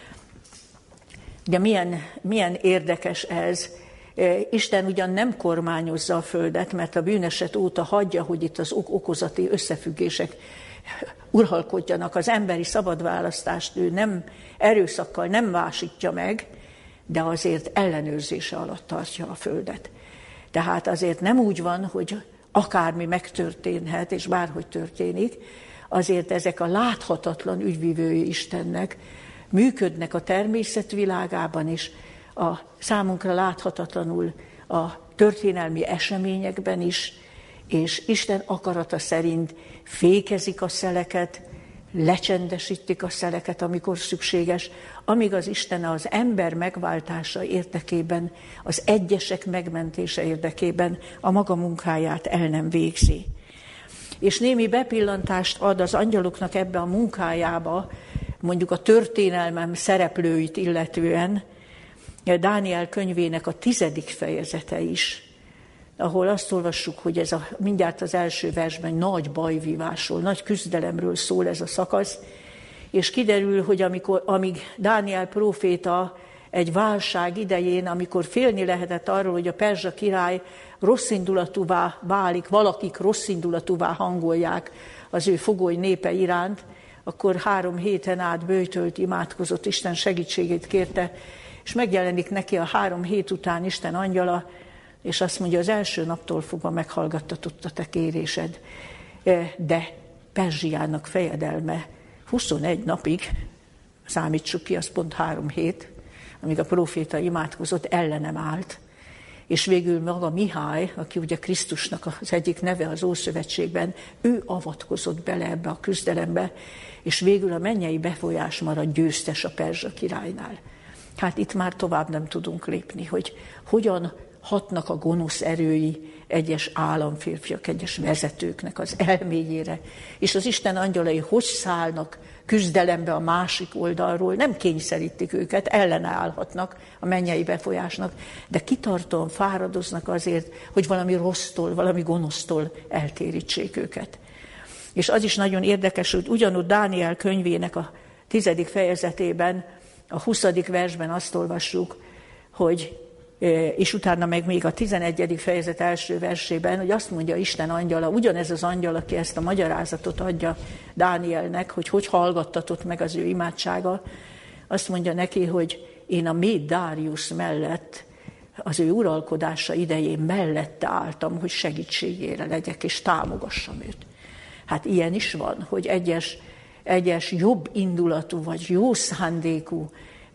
De milyen, milyen érdekes ez. Isten ugyan nem kormányozza a földet, mert a bűneset óta hagyja, hogy itt az ok-okozati összefüggések uralkodjanak. Az emberi szabadválasztást ő nem erőszakkal nem vásítja meg, de azért ellenőrzése alatt tartja a földet. Tehát azért nem úgy van, hogy akármi megtörténhet, és bárhogy történik, azért ezek a láthatatlan ügyvivői Istennek működnek a természetvilágában is, a számunkra láthatatlanul a történelmi eseményekben is, és Isten akarata szerint fékezik a szeleket, lecsendesítik a szeleket, amikor szükséges, amíg az Isten az ember megváltása érdekében, az egyesek megmentése érdekében a maga munkáját el nem végzi. És némi bepillantást ad az angyaloknak ebbe a munkájába, mondjuk a történelmem szereplőit illetően, Dániel könyvének a tizedik fejezete is, ahol azt olvassuk, hogy ez a, mindjárt az első versben nagy bajvívásról, nagy küzdelemről szól ez a szakasz, és kiderül, hogy amikor, amíg Dániel próféta egy válság idején, amikor félni lehetett arról, hogy a perzsa király rosszindulatúvá válik, valakik rosszindulatúvá hangolják az ő fogoly népe iránt, akkor három héten át böjtölt, imádkozott, Isten segítségét kérte, és megjelenik neki a három hét után Isten angyala, és azt mondja, az első naptól fogva meghallgattatott a te kérésed, de Perzsiának fejedelme huszonegy napig, számítsuk ki, az pont három hét, amíg a próféta imádkozott, ellenem állt, és végül maga Mihály, aki ugye Krisztusnak az egyik neve az Ószövetségben, ő avatkozott bele ebbe a küzdelembe, és végül a mennyei befolyás marad győztes a perzsa királynál. Hát itt már tovább nem tudunk lépni, hogy hogyan hatnak a gonosz erői egyes államférfiak, egyes vezetőknek az elméjére, és az Isten angyalai hogy szállnak küzdelembe a másik oldalról, nem kényszerítik őket, ellenállhatnak a mennyei befolyásnak, de kitartóan fáradoznak azért, hogy valami rossztól, valami gonosztól eltérítsék őket. És az is nagyon érdekes, hogy ugyanúgy Dániel könyvének a tizedik fejezetében, a huszadik versben azt olvassuk, hogy, és utána meg még a tizenegyedik fejezet első versében, hogy azt mondja Isten angyala, ugyanez az angyal, aki ezt a magyarázatot adja Dánielnek, hogy hogy hallgattatott meg az ő imádsága, azt mondja neki, hogy én a Méd Dáriusz mellett, az ő uralkodása idején mellette álltam, hogy segítségére legyek, és támogassam őt. Hát ilyen is van, hogy egyes, egyes jobb indulatú, vagy jó szándékú,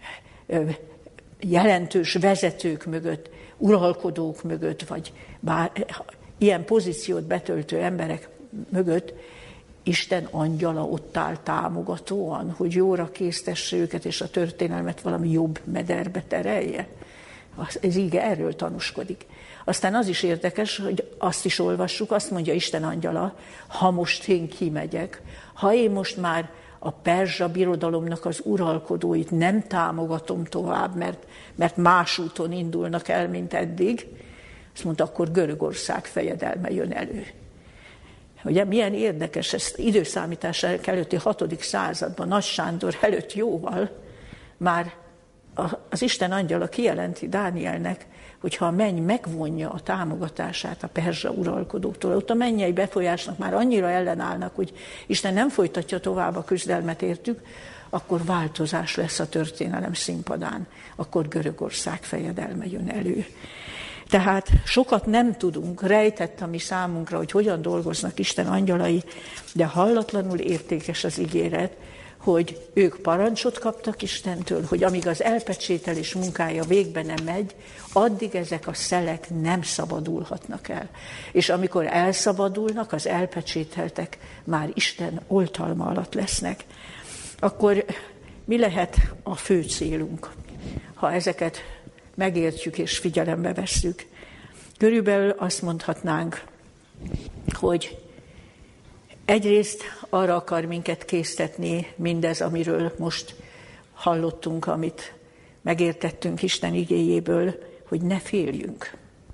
jelentős vezetők mögött, uralkodók mögött, vagy bár ilyen pozíciót betöltő emberek mögött Isten angyala ott áll támogatóan, hogy jóra késztesse őket, és a történelmet valami jobb mederbe terelje. Ez íge erről tanúskodik. Aztán az is érdekes, hogy azt is olvassuk, azt mondja Isten angyala, ha most én kimegyek, ha én most már a perzsa birodalomnak az uralkodóit nem támogatom tovább, mert, mert más úton indulnak el, mint eddig, azt mondta, akkor Görögország fejedelme jön elő. Ugye milyen érdekes, ezt időszámítás előtti hatodik században, Nagy Sándor előtt jóval már az Isten angyala kijelenti Dánielnek, hogyha a menny megvonja a támogatását a perzsa uralkodóktól, ott a mennyei befolyásnak már annyira ellenállnak, hogy Isten nem folytatja tovább a küzdelmet értük, akkor változás lesz a történelem színpadán, akkor Görögország fejedelme jön elő. Tehát sokat nem tudunk, rejtett a mi számunkra, hogy hogyan dolgoznak Isten angyalai, de hallatlanul értékes az ígéret, hogy ők parancsot kaptak Istentől, hogy amíg az elpecsételés munkája végbe nem megy, addig ezek a szelek nem szabadulhatnak el. És amikor elszabadulnak, az elpecsételtek már Isten oltalma alatt lesznek. Akkor mi lehet a fő célunk, ha ezeket megértjük és figyelembe vesszük? Körülbelül azt mondhatnánk, hogy egyrészt arra akar minket késztetni mindez, amiről most hallottunk, amit megértettünk Isten igéjéből, hogy ne féljünk.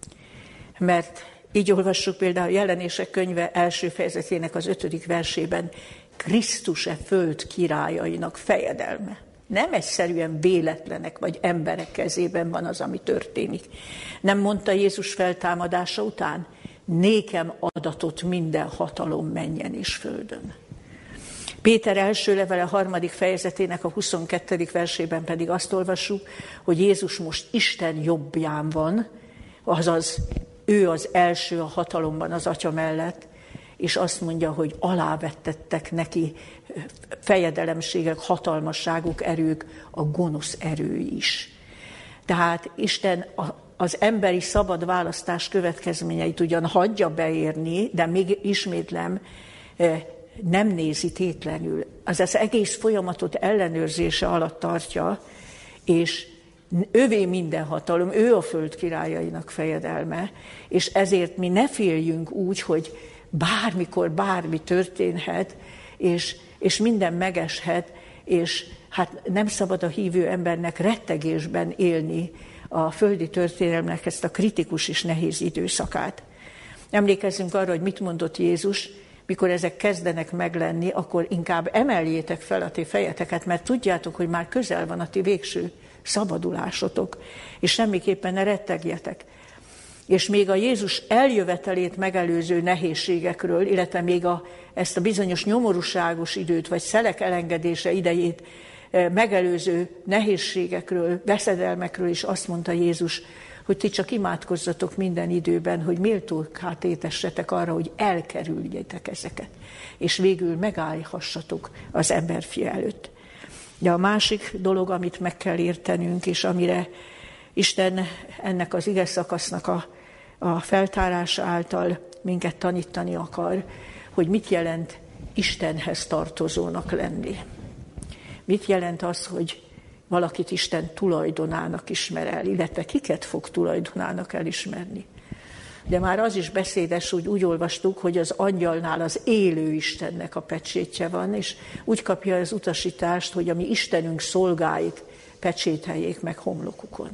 Mert így olvassuk például a Jelenések könyve első fejezetének az ötödik versében, Krisztus-e föld királyainak fejedelme. Nem egyszerűen véletlenek vagy emberek kezében van az, ami történik. Nem mondta Jézus feltámadása után, nékem adatot minden hatalom mennyen és földön. Péter első levele harmadik fejezetének a huszonkettedik versében pedig azt olvassuk, hogy Jézus most Isten jobbján van, azaz ő az első a hatalomban az Atya mellett, és azt mondja, hogy alávettettek neki fejedelemségek, hatalmasságok, erők, a gonosz erői is. Tehát Isten az emberi szabad választás következményeit ugyan hagyja beérni, de még ismétlem, nem nézi tétlenül. Az az egész folyamatot ellenőrzése alatt tartja, és övé minden hatalom, ő a föld királyainak fejedelme, és ezért mi ne féljünk úgy, hogy bármikor bármi történhet, és, és minden megeshet, és hát nem szabad a hívő embernek rettegésben élni a földi történelemnek ezt a kritikus és nehéz időszakát. Emlékezzünk arra, hogy mit mondott Jézus, mikor ezek kezdenek meglenni, akkor inkább emeljétek fel a ti fejeteket, mert tudjátok, hogy már közel van a ti végső szabadulásotok, és semmiképpen ne rettegjetek. És még a Jézus eljövetelét megelőző nehézségekről, illetve még a, ezt a bizonyos nyomorúságos időt, vagy szelek elengedése idejét megelőző nehézségekről, veszedelmekről is azt mondta Jézus, hogy ti csak imádkozzatok minden időben, hogy méltókká tétessetek arra, hogy elkerüljétek ezeket, és végül megállhassatok az emberfia előtt. De a másik dolog, amit meg kell értenünk, és amire Isten ennek az ige szakasznak a, a feltárása által minket tanítani akar, hogy mit jelent Istenhez tartozónak lenni. Mit jelent az, hogy valakit Isten tulajdonának ismer el, illetve kiket fog tulajdonának elismerni. De már az is beszédes, hogy úgy olvastuk, hogy az angyalnál az élő Istennek a pecsétje van, és úgy kapja az utasítást, hogy a mi Istenünk szolgáit pecsételjék meg homlokukon.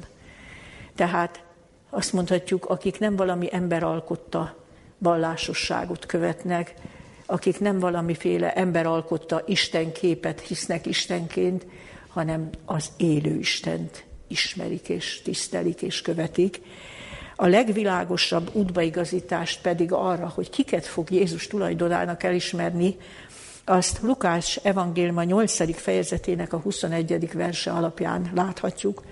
Tehát azt mondhatjuk, akik nem valami ember alkotta vallásosságot követnek, akik nem valamiféle ember alkotta istenképet hisznek istenként, hanem az élő Istent ismerik és tisztelik és követik. A legvilágosabb útbaigazítást pedig arra, hogy kiket fog Jézus tulajdonának elismerni, azt Lukács evangéliuma nyolcadik fejezetének a huszonegyedik verse alapján láthatjuk,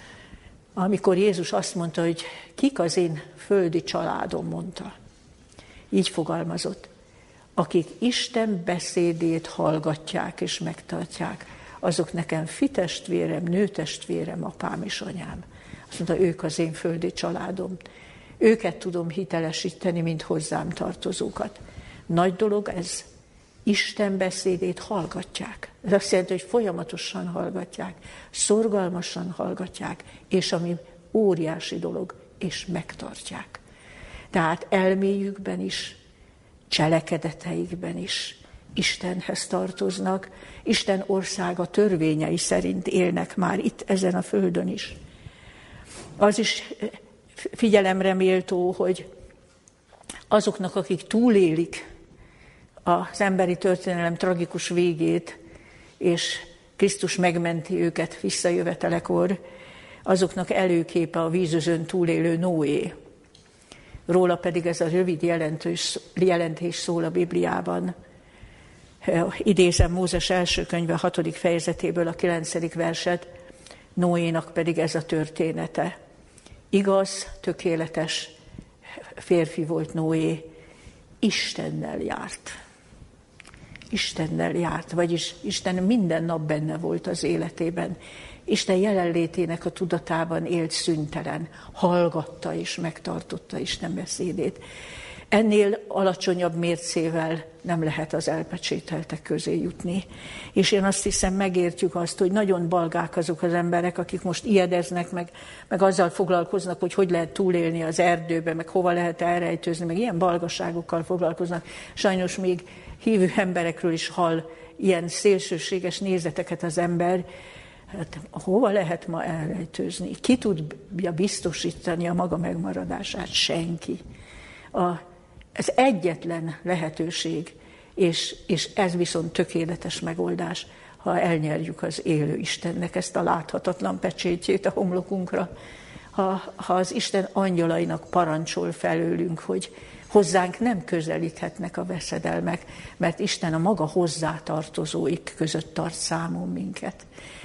amikor Jézus azt mondta, hogy kik az én földi családom, mondta. Így fogalmazott, akik Isten beszédét hallgatják és megtartják, azok nekem fitestvérem, nőtestvérem, apám és anyám. Azt mondta, ők az én földi családom. Őket tudom hitelesíteni, mint hozzám tartozókat. Nagy dolog ez. Isten beszédét hallgatják. Ez azt jelenti, hogy folyamatosan hallgatják, szorgalmasan hallgatják, és ami óriási dolog, és megtartják. Tehát elméjükben is, cselekedeteikben is Istenhez tartoznak, Isten országa törvényei szerint élnek már itt ezen a földön is. Az is figyelemre méltó, hogy azoknak, akik túlélik az emberi történelem tragikus végét, és Krisztus megmenti őket visszajövetelekor, azoknak előképe a vízözön túlélő Noé. Róla pedig ez a rövid jelentős, jelentés szól a Bibliában. Idézem Mózes első könyve hatodik fejezetéből a kilencedik verset, Noénak pedig ez a története. Igaz, tökéletes férfi volt Noé, Istennel járt. Istennel járt, vagyis Isten minden nap benne volt az életében. Isten jelenlétének a tudatában élt szüntelen, hallgatta és megtartotta Isten beszédét. Ennél alacsonyabb mércével nem lehet az elpecsételtek közé jutni. És én azt hiszem, megértjük azt, hogy nagyon balgák azok az emberek, akik most ijedeznek, meg, meg azzal foglalkoznak, hogy hogy lehet túlélni az erdőbe, meg hova lehet elrejtőzni, meg ilyen balgaságokkal foglalkoznak. Sajnos még hívő emberekről is hall ilyen szélsőséges nézeteket az ember. Hát, hova lehet ma elrejtőzni? Ki tudja biztosítani a maga megmaradását? Senki. A, ez egyetlen lehetőség, és, és ez viszont tökéletes megoldás, ha elnyerjük az élő Istennek ezt a láthatatlan pecsétjét a homlokunkra, ha, ha az Isten angyalainak parancsol felőlünk, hogy hozzánk nem közelíthetnek a veszedelmek, mert Isten a maga hozzátartozóik között tart számon minket.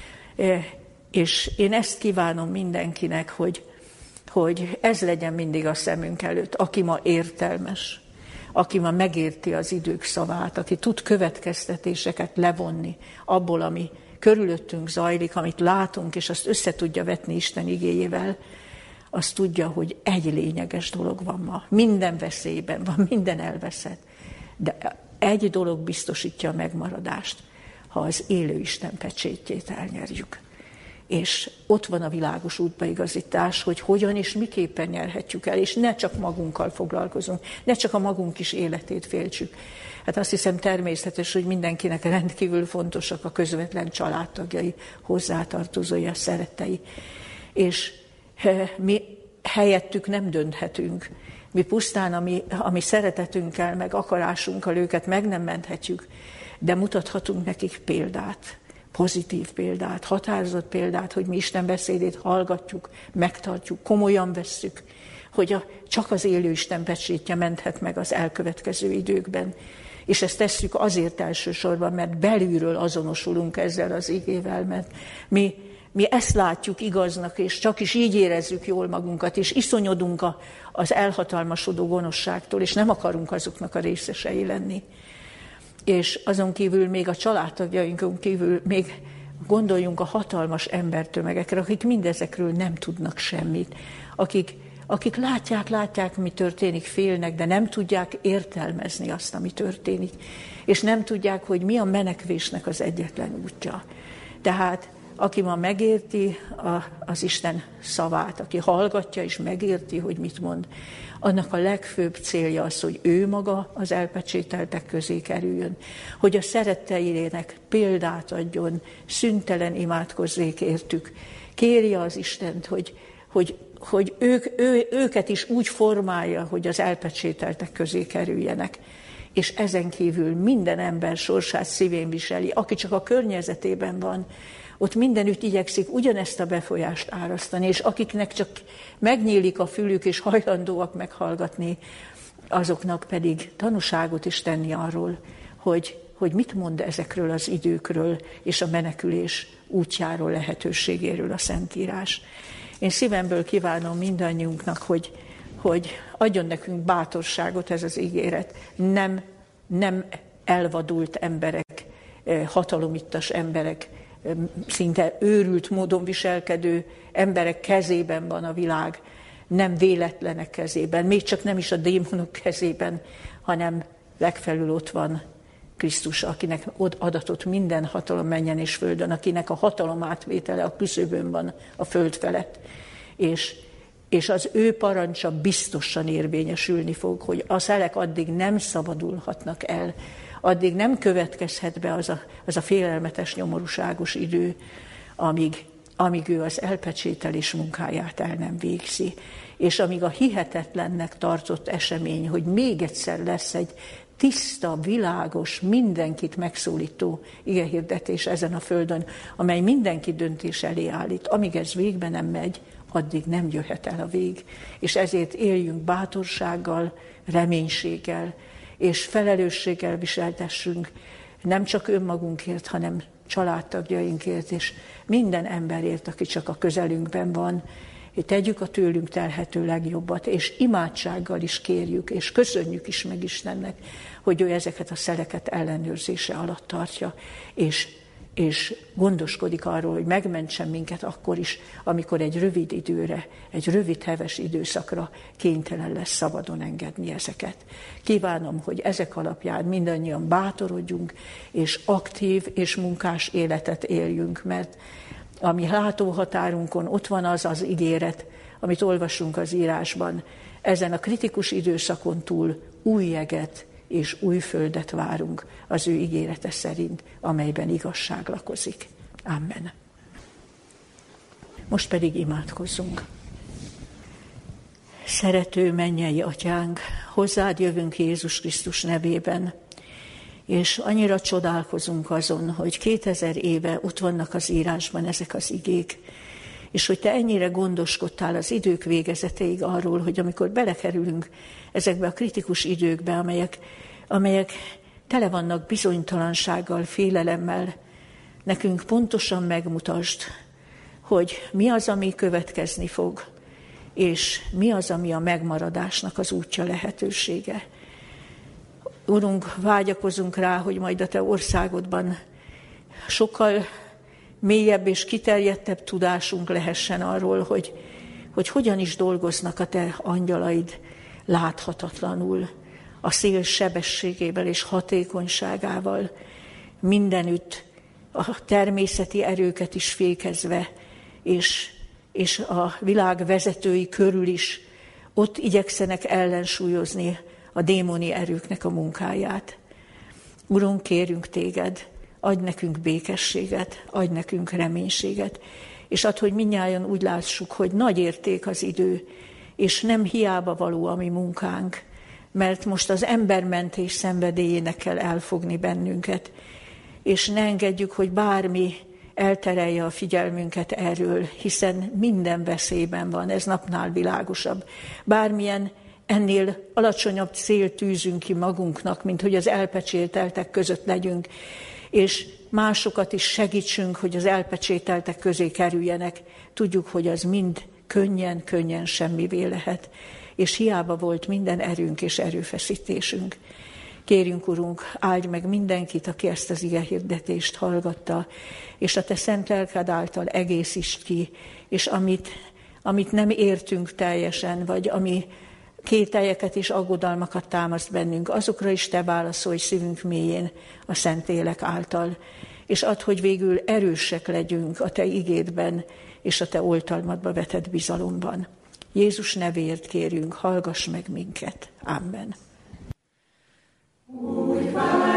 És én ezt kívánom mindenkinek, hogy, hogy ez legyen mindig a szemünk előtt, aki ma értelmes, aki ma megérti az idők szavát, aki tud következtetéseket levonni abból, ami körülöttünk zajlik, amit látunk, és azt össze tudja vetni Isten igéjével, azt tudja, hogy egy lényeges dolog van ma. Minden veszélyben van, minden elveszett. De egy dolog biztosítja a megmaradást, ha az élő Isten pecsétjét elnyerjük. És ott van a világos útbaigazítás, hogy hogyan és miképpen nyerhetjük el, és ne csak magunkkal foglalkozunk, ne csak a magunk is életét féltsük. Hát azt hiszem természetes, hogy mindenkinek rendkívül fontosak a közvetlen családtagjai, hozzátartozói, a szerettei. És mi helyettük nem dönthetünk. Mi pusztán a mi, a mi szeretetünkkel, meg akarásunkkal őket meg nem menthetjük, de mutathatunk nekik példát, pozitív példát, határozott példát, hogy mi Isten beszédét hallgatjuk, megtartjuk, komolyan vesszük, hogy a, csak az élő Isten pecsétje menthet meg az elkövetkező időkben. És ezt tesszük azért elsősorban, mert belülről azonosulunk ezzel az igével, mert mi, mi ezt látjuk igaznak, és csak is így érezzük jól magunkat, és iszonyodunk a, az elhatalmasodó gonoszságtól, és nem akarunk azoknak a részesei lenni. És azon kívül még a családtagjainkon kívül még gondoljunk a hatalmas embertömegekre, akik mindezekről nem tudnak semmit, akik, akik látják, látják, mi történik, félnek, de nem tudják értelmezni azt, ami történik, és nem tudják, hogy mi a menekvésnek az egyetlen útja. Tehát aki ma megérti az Isten szavát, aki hallgatja és megérti, hogy mit mond, annak a legfőbb célja az, hogy ő maga az elpecsételtek közé kerüljön, hogy a szeretteinek példát adjon, szüntelen imádkozzék értük. Kérje az Istent, hogy, hogy, hogy ők, ő, őket is úgy formálja, hogy az elpecsételtek közé kerüljenek. És ezen kívül minden ember sorsát szívén viseli, aki csak a környezetében van, ott mindenütt igyekszik ugyanezt a befolyást árasztani, és akiknek csak megnyílik a fülük, és hajlandóak meghallgatni, azoknak pedig tanúságot is tenni arról, hogy, hogy mit mond ezekről az időkről, és a menekülés útjáról, lehetőségéről a Szentírás. Én szívemből kívánom mindannyiunknak, hogy, hogy adjon nekünk bátorságot ez az ígéret. Nem, nem elvadult emberek, hatalomittas emberek, szinte őrült módon viselkedő emberek kezében van a világ, nem véletlenek kezében, még csak nem is a démonok kezében, hanem legfelül ott van Krisztus, akinek adatott minden hatalom menjen és földön, akinek a hatalom átvétele a küszöbön van a föld felett. És, és az ő parancsa biztosan érvényesülni fog, hogy a szelek addig nem szabadulhatnak el, addig nem következhet be az a, az a félelmetes, nyomorúságos idő, amíg, amíg ő az elpecsételés munkáját el nem végzi. És amíg a hihetetlennek tartott esemény, hogy még egyszer lesz egy tiszta, világos, mindenkit megszólító igehirdetés ezen a földön, amely mindenki döntés elé állít. Amíg ez végbe nem megy, addig nem jöhet el a vég. És ezért éljünk bátorsággal, reménységgel, és felelősséggel viseltessünk, nem csak önmagunkért, hanem családtagjainkért, és minden emberért, aki csak a közelünkben van, tegyük a tőlünk telhető legjobbat, és imádsággal is kérjük, és köszönjük is meg Istennek, hogy ő ezeket a szeleket ellenőrzése alatt tartja, és, és gondoskodik arról, hogy megmentsen minket akkor is, amikor egy rövid időre, egy rövid heves időszakra kénytelen lesz szabadon engedni ezeket. Kívánom, hogy ezek alapján mindannyian bátorodjunk, és aktív és munkás életet éljünk, mert a mi látóhatárunkon ott van az az ígéret, amit olvasunk az írásban. Ezen a kritikus időszakon túl új jeget és új földet várunk az ő ígérete szerint, amelyben igazság lakozik. Amen. Most pedig imádkozzunk. Szerető mennyei Atyánk, hozzád jövünk Jézus Krisztus nevében, és annyira csodálkozunk azon, hogy kétezer éve ott vannak az írásban ezek az igék, és hogy te ennyire gondoskodtál az idők végezetéig arról, hogy amikor belekerülünk ezekbe a kritikus időkbe, amelyek, amelyek tele vannak bizonytalansággal, félelemmel, nekünk pontosan megmutasd, hogy mi az, ami következni fog, és mi az, ami a megmaradásnak az útja, lehetősége. Urunk, vágyakozunk rá, hogy majd a te országodban sokkal mélyebb és kiterjedtebb tudásunk lehessen arról, hogy, hogy hogyan is dolgoznak a te angyalaid láthatatlanul, a szél sebességével és hatékonyságával, mindenütt a természeti erőket is fékezve, és, és a világ vezetői körül is ott igyekszenek ellensúlyozni a démoni erőknek a munkáját. Urunk, kérünk téged, adj nekünk békességet, adj nekünk reménységet, és add, hogy mindnyájan úgy lássuk, hogy nagy érték az idő, és nem hiába való a mi munkánk, mert most az embermentés szenvedélyének kell elfogni bennünket, és ne engedjük, hogy bármi elterelje a figyelmünket erről, hiszen minden veszélyben van, ez napnál világosabb. Bármilyen ennél alacsonyabb célt tűzünk ki magunknak, mint hogy az elpecsételtek között legyünk, és másokat is segítsünk, hogy az elpecsételtek közé kerüljenek. Tudjuk, hogy az mind könnyen, könnyen semmivé lehet, és hiába volt minden erőnk és erőfeszítésünk. Kérjünk, Urunk, áldj meg mindenkit, aki ezt az igehirdetést hallgatta, és a te szent lelked által egészítsd ki, és amit, amit nem értünk teljesen, vagy ami kételyeket és aggodalmakat támaszt bennünk, azokra is te válaszolj szívünk mélyén a Szentlélek által, és add, hogy végül erősek legyünk a te igédben és a te oltalmadba vetett bizalomban. Jézus nevéért kérjünk, hallgass meg minket. Amen. Úgy